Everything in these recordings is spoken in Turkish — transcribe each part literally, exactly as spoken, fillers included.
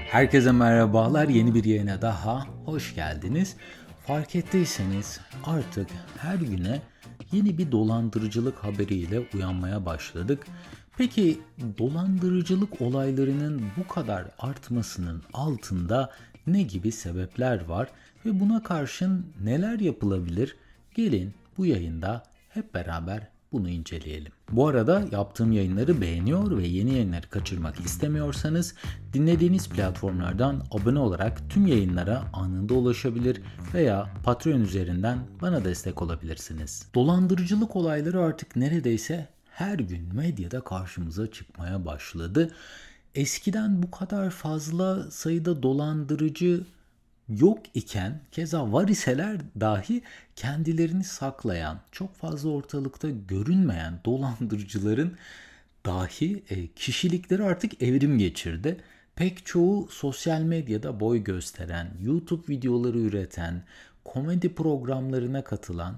Herkese merhabalar, yeni bir yayına daha hoş geldiniz. Fark ettiyseniz artık her güne yeni bir dolandırıcılık haberiyle uyanmaya başladık. Peki dolandırıcılık olaylarının bu kadar artmasının altında ne gibi sebepler var ve buna karşın neler yapılabilir? Gelin bu yayında hep beraber bunu inceleyelim. Bu arada yaptığım yayınları beğeniyor ve yeni yayınları kaçırmak istemiyorsanız dinlediğiniz platformlardan abone olarak tüm yayınlara anında ulaşabilir veya Patreon üzerinden bana destek olabilirsiniz. Dolandırıcılık olayları artık neredeyse her gün medyada karşımıza çıkmaya başladı. Eskiden bu kadar fazla sayıda dolandırıcı yok iken, keza var iseler dahi kendilerini saklayan, çok fazla ortalıkta görünmeyen dolandırıcıların dahi e, kişilikleri artık evrim geçirdi. Pek çoğu sosyal medyada boy gösteren, YouTube videoları üreten, komedi programlarına katılan,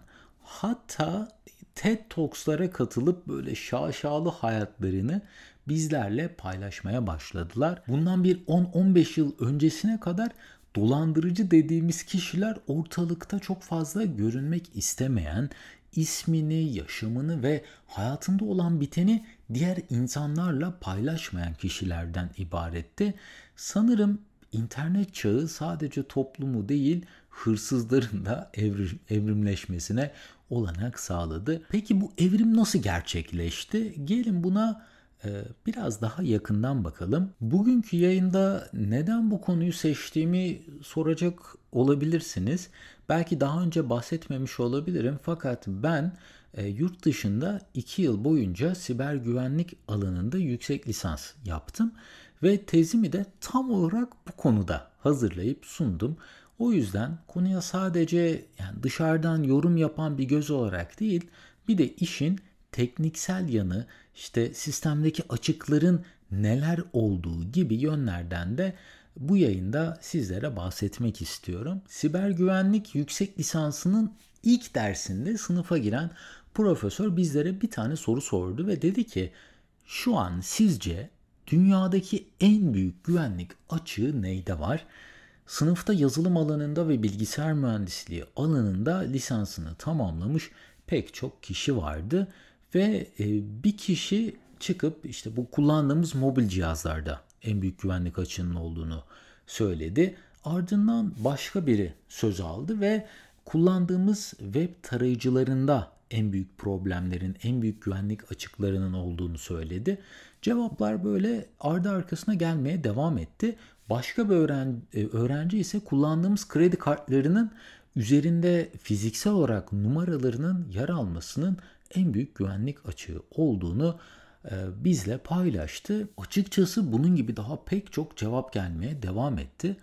hatta TED Talks'lara katılıp böyle şaşalı hayatlarını bizlerle paylaşmaya başladılar. Bundan bir on on beş yıl öncesine kadar dolandırıcı dediğimiz kişiler ortalıkta çok fazla görünmek istemeyen, ismini, yaşamını ve hayatında olan biteni diğer insanlarla paylaşmayan kişilerden ibaretti. Sanırım internet çağı sadece toplumu değil, hırsızların da evrim, evrimleşmesine olanak sağladı. Peki bu evrim nasıl gerçekleşti? Gelin buna e, biraz daha yakından bakalım. Bugünkü yayında neden bu konuyu seçtiğimi soracak olabilirsiniz. Belki daha önce bahsetmemiş olabilirim fakat ben e, yurt dışında iki yıl boyunca siber güvenlik alanında yüksek lisans yaptım ve tezimi de tam olarak bu konuda hazırlayıp sundum. O yüzden konuya sadece yani dışarıdan yorum yapan bir göz olarak değil, bir de işin tekniksel yanı, işte sistemdeki açıkların neler olduğu gibi yönlerden de bu yayında sizlere bahsetmek istiyorum. Siber güvenlik yüksek lisansının ilk dersinde sınıfa giren profesör bizlere bir tane soru sordu ve dedi ki, şu an sizce dünyadaki en büyük güvenlik açığı neyde var? Sınıfta yazılım alanında ve bilgisayar mühendisliği alanında lisansını tamamlamış pek çok kişi vardı ve bir kişi çıkıp işte bu kullandığımız mobil cihazlarda en büyük güvenlik açığının olduğunu söyledi. Ardından başka biri söz aldı ve kullandığımız web tarayıcılarında en büyük problemlerin, en büyük güvenlik açıklarının olduğunu söyledi. Cevaplar böyle ardı arkasına gelmeye devam etti. Başka bir öğren- öğrenci ise kullandığımız kredi kartlarının üzerinde fiziksel olarak numaralarının yer almasının en büyük güvenlik açığı olduğunu e, bizle paylaştı. Açıkçası bunun gibi daha pek çok cevap gelmeye devam etti.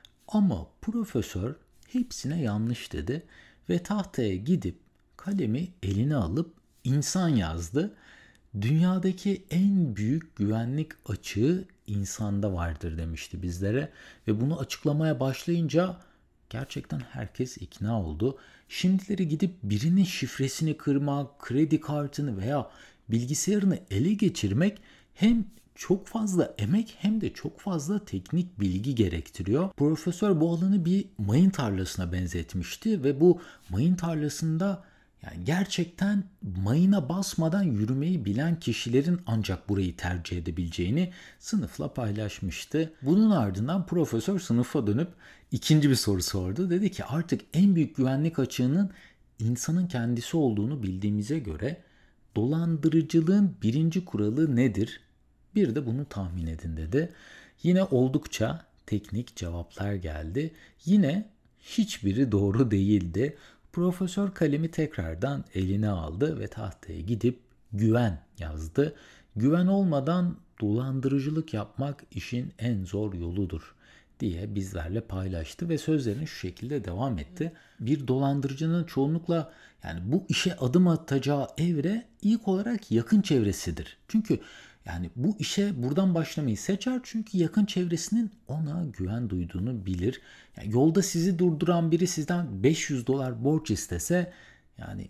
Ama profesör hepsine yanlış dedi ve tahtaya gidip kalemi eline alıp insan yazdı. Dünyadaki en büyük güvenlik açığı insanda vardır demişti bizlere ve bunu açıklamaya başlayınca gerçekten herkes ikna oldu. Şimdileri gidip birinin şifresini kırmak, kredi kartını veya bilgisayarını ele geçirmek hem çok fazla emek hem de çok fazla teknik bilgi gerektiriyor. Profesör bu alanı bir mayın tarlasına benzetmişti ve bu mayın tarlasında yani gerçekten mayına basmadan yürümeyi bilen kişilerin ancak burayı tercih edebileceğini sınıfla paylaşmıştı. Bunun ardından profesör sınıfa dönüp ikinci bir soru sordu. Dedi ki artık en büyük güvenlik açığının insanın kendisi olduğunu bildiğimize göre dolandırıcılığın birinci kuralı nedir? Bir de bunu tahmin edin dedi. Yine oldukça teknik cevaplar geldi. Yine hiçbiri doğru değildi. Profesör kalemi tekrardan eline aldı ve tahtaya gidip güven yazdı. Güven olmadan dolandırıcılık yapmak işin en zor yoludur diye bizlerle paylaştı ve sözlerine şu şekilde devam etti. Bir dolandırıcının çoğunlukla yani bu işe adım atacağı evre ilk olarak yakın çevresidir. Çünkü yani bu işe buradan başlamayı seçer çünkü yakın çevresinin ona güven duyduğunu bilir. Yani yolda sizi durduran biri sizden beş yüz dolar borç istese yani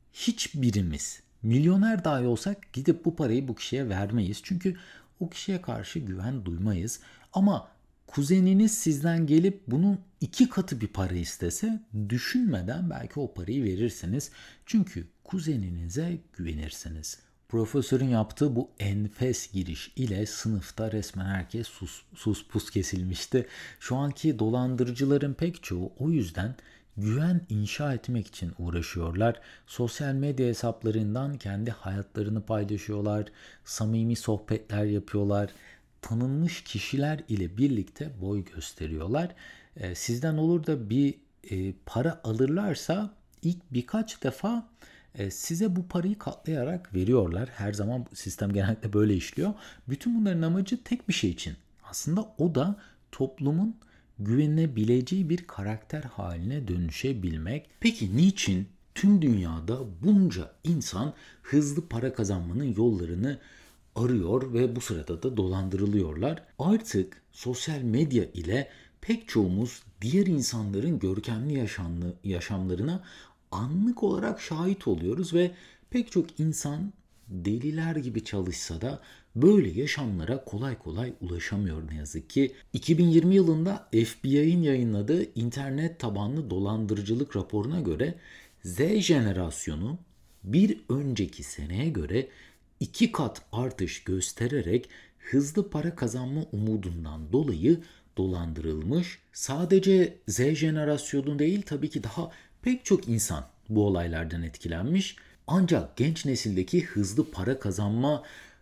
hiçbirimiz milyoner dahi olsak gidip bu parayı bu kişiye vermeyiz. Çünkü o kişiye karşı güven duymayız. Ama Kuzeniniz sizden gelip bunun iki katı bir para istese düşünmeden belki o parayı verirsiniz. Çünkü kuzeninize güvenirsiniz. Profesörün yaptığı bu enfes giriş ile sınıfta resmen herkes sus, sus pus kesilmişti. Şu anki dolandırıcıların pek çoğu o yüzden güven inşa etmek için uğraşıyorlar. Sosyal medya hesaplarından kendi hayatlarını paylaşıyorlar, samimi sohbetler yapıyorlar, tanınmış kişiler ile birlikte boy gösteriyorlar. E, sizden olur da bir e, para alırlarsa ilk birkaç defa e, size bu parayı katlayarak veriyorlar. Her zaman sistem genellikle böyle işliyor. Bütün bunların amacı tek bir şey için. Aslında o da toplumun güvenebileceği bir karakter haline dönüşebilmek. Peki niçin tüm dünyada bunca insan hızlı para kazanmanın yollarını arıyor ve bu sırada da dolandırılıyorlar? Artık sosyal medya ile pek çoğumuz diğer insanların görkemli yaşamlı, yaşamlarına anlık olarak şahit oluyoruz ve pek çok insan deliler gibi çalışsa da böyle yaşamlara kolay kolay ulaşamıyor ne yazık ki. iki bin yirmi yılında F B I'nin yayınladığı internet tabanlı dolandırıcılık raporuna göre Z jenerasyonu bir önceki seneye göre iki kat artış göstererek hızlı para kazanma umudundan dolayı dolandırılmış. Sadece Z jenerasyonu değil, tabii ki daha pek çok insan bu olaylardan etkilenmiş. Ancak genç nesildeki hızlı para kazanma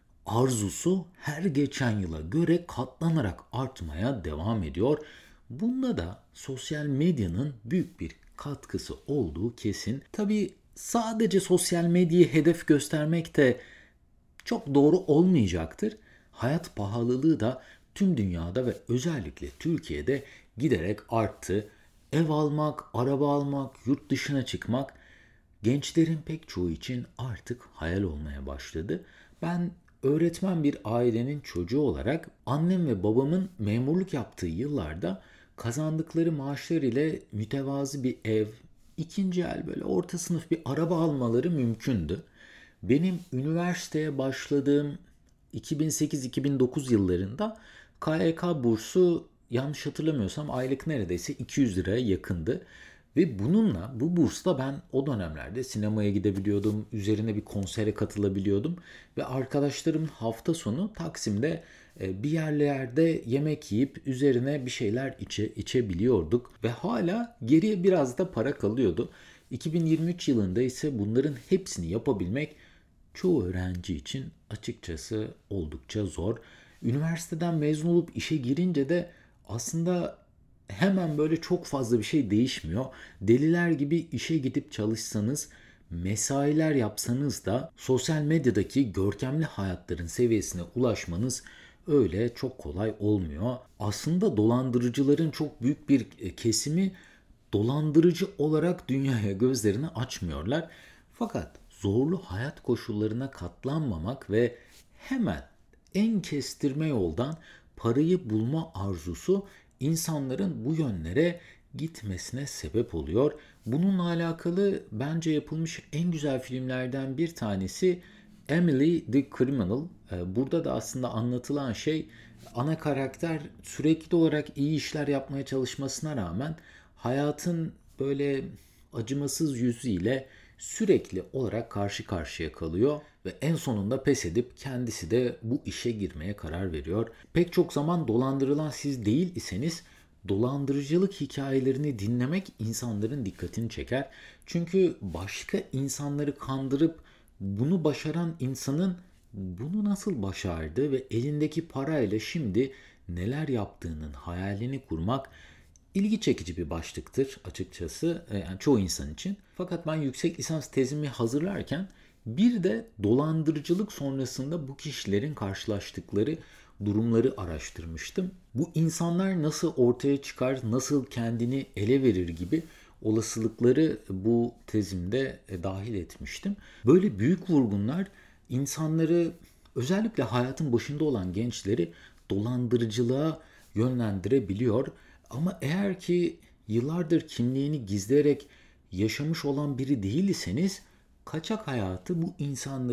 arzusu her geçen yıla göre katlanarak artmaya devam ediyor. Bunda da sosyal medyanın büyük bir katkısı olduğu kesin. Tabii sadece sosyal medyayı hedef göstermek de çok doğru olmayacaktır. Hayat pahalılığı da tüm dünyada ve özellikle Türkiye'de giderek arttı. Ev almak, araba almak, yurt dışına çıkmak gençlerin pek çoğu için artık hayal olmaya başladı. Ben öğretmen bir ailenin çocuğu olarak annem ve babamın memurluk yaptığı yıllarda kazandıkları maaşlar ile mütevazı bir ev, ikinci el böyle orta sınıf bir araba almaları mümkündü. Benim üniversiteye başladığım iki bin sekiz iki bin dokuz yıllarında K Y K bursu yanlış hatırlamıyorsam aylık neredeyse iki yüz liraya yakındı. Ve bununla, bu bursla ben o dönemlerde sinemaya gidebiliyordum, üzerine bir konsere katılabiliyordum. Ve arkadaşlarım hafta sonu Taksim'de bir yerlerde yemek yiyip üzerine bir şeyler içe, içebiliyorduk. Ve hala geriye biraz da para kalıyordu. iki bin yirmi üç yılında ise bunların hepsini yapabilmek çoğu öğrenci için açıkçası oldukça zor. Üniversiteden mezun olup işe girince de aslında hemen böyle çok fazla bir şey değişmiyor. Deliler gibi işe gidip çalışsanız, mesailer yapsanız da sosyal medyadaki görkemli hayatların seviyesine ulaşmanız öyle çok kolay olmuyor. Aslında dolandırıcıların çok büyük bir kesimi dolandırıcı olarak dünyaya gözlerini açmıyorlar. Fakat zorlu hayat koşullarına katlanmamak ve hemen en kestirme yoldan parayı bulma arzusu insanların bu yönlere gitmesine sebep oluyor. Bununla alakalı bence yapılmış en güzel filmlerden bir tanesi Emily the Criminal. Burada da aslında anlatılan şey, ana karakter sürekli olarak iyi işler yapmaya çalışmasına rağmen hayatın böyle acımasız yüzüyle sürekli olarak karşı karşıya kalıyor ve en sonunda pes edip kendisi de bu işe girmeye karar veriyor. Pek çok zaman dolandırılan siz değil iseniz dolandırıcılık hikayelerini dinlemek insanların dikkatini çeker. Çünkü başka insanları kandırıp bunu başaran insanın bunu nasıl başardı ve elindeki parayla şimdi neler yaptığının hayalini kurmak İlgi çekici bir başlıktır açıkçası, yani çoğu insan için. Fakat ben yüksek lisans tezimi hazırlarken bir de dolandırıcılık sonrasında bu kişilerin karşılaştıkları durumları araştırmıştım. Bu insanlar nasıl ortaya çıkar, nasıl kendini ele verir gibi olasılıkları bu tezimde dahil etmiştim. Böyle büyük vurgunlar insanları, özellikle hayatın başında olan gençleri dolandırıcılığa yönlendirebiliyor. Ama eğer ki yıllardır kimliğini gizleyerek yaşamış olan biri değil iseniz kaçak hayatı bu insanları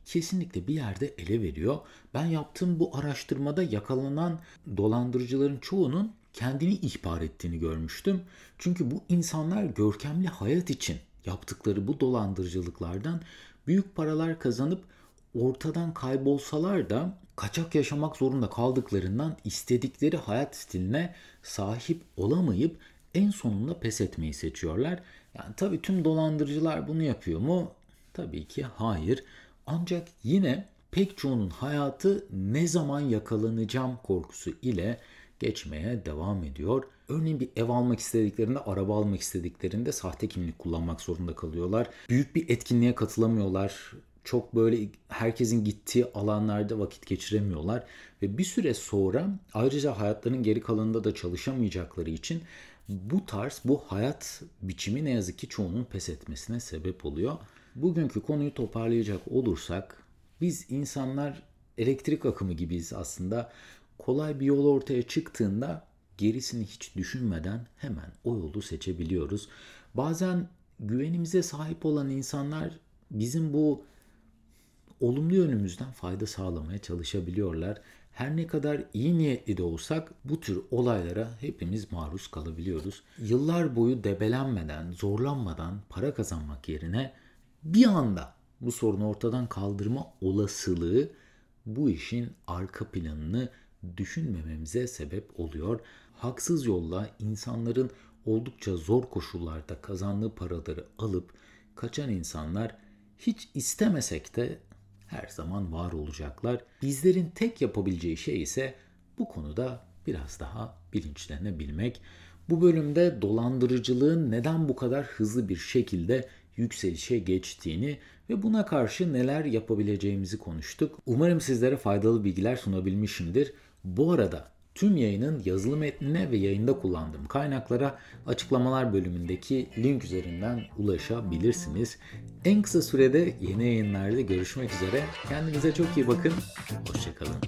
kesinlikle bir yerde ele veriyor. Ben yaptığım bu araştırmada yakalanan dolandırıcıların çoğunun kendini ihbar ettiğini görmüştüm. Çünkü bu insanlar görkemli hayat için yaptıkları bu dolandırıcılıklardan büyük paralar kazanıp ortadan kaybolsalar da kaçak yaşamak zorunda kaldıklarından istedikleri hayat stiline sahip olamayıp en sonunda pes etmeyi seçiyorlar. Yani tabii tüm dolandırıcılar bunu yapıyor mu? Tabii ki hayır. Ancak yine pek çoğunun hayatı ne zaman yakalanacağım korkusu ile geçmeye devam ediyor. Örneğin bir ev almak istediklerinde, araba almak istediklerinde sahte kimlik kullanmak zorunda kalıyorlar. Büyük bir etkinliğe katılamıyorlar. Çok böyle herkesin gittiği alanlarda vakit geçiremiyorlar. Ve bir süre sonra ayrıca hayatlarının geri kalanında da çalışamayacakları için bu tarz, bu hayat biçimi ne yazık ki çoğunun pes etmesine sebep oluyor. Bugünkü konuyu toparlayacak olursak biz insanlar elektrik akımı gibiyiz aslında. Kolay bir yol ortaya çıktığında gerisini hiç düşünmeden hemen o yolu seçebiliyoruz. Bazen güvenimize sahip olan insanlar bizim bu olumlu yönümüzden fayda sağlamaya çalışabiliyorlar. Her ne kadar iyi niyetli de olsak bu tür olaylara hepimiz maruz kalabiliyoruz. Yıllar boyu debelenmeden, zorlanmadan para kazanmak yerine bir anda bu sorunu ortadan kaldırma olasılığı bu işin arka planını düşünmememize sebep oluyor. Haksız yolla insanların oldukça zor koşullarda kazandığı paraları alıp kaçan insanlar hiç istemesek de her zaman var olacaklar. Bizlerin tek yapabileceği şey ise bu konuda biraz daha bilinçlenebilmek. Bu bölümde dolandırıcılığın neden bu kadar hızlı bir şekilde yükselişe geçtiğini ve buna karşı neler yapabileceğimizi konuştuk. Umarım sizlere faydalı bilgiler sunabilmişimdir. Bu arada tüm yayının yazılı metnine ve yayında kullandığım kaynaklara açıklamalar bölümündeki link üzerinden ulaşabilirsiniz. En kısa sürede yeni yayınlarda görüşmek üzere. Kendinize çok iyi bakın. Hoşça kalın.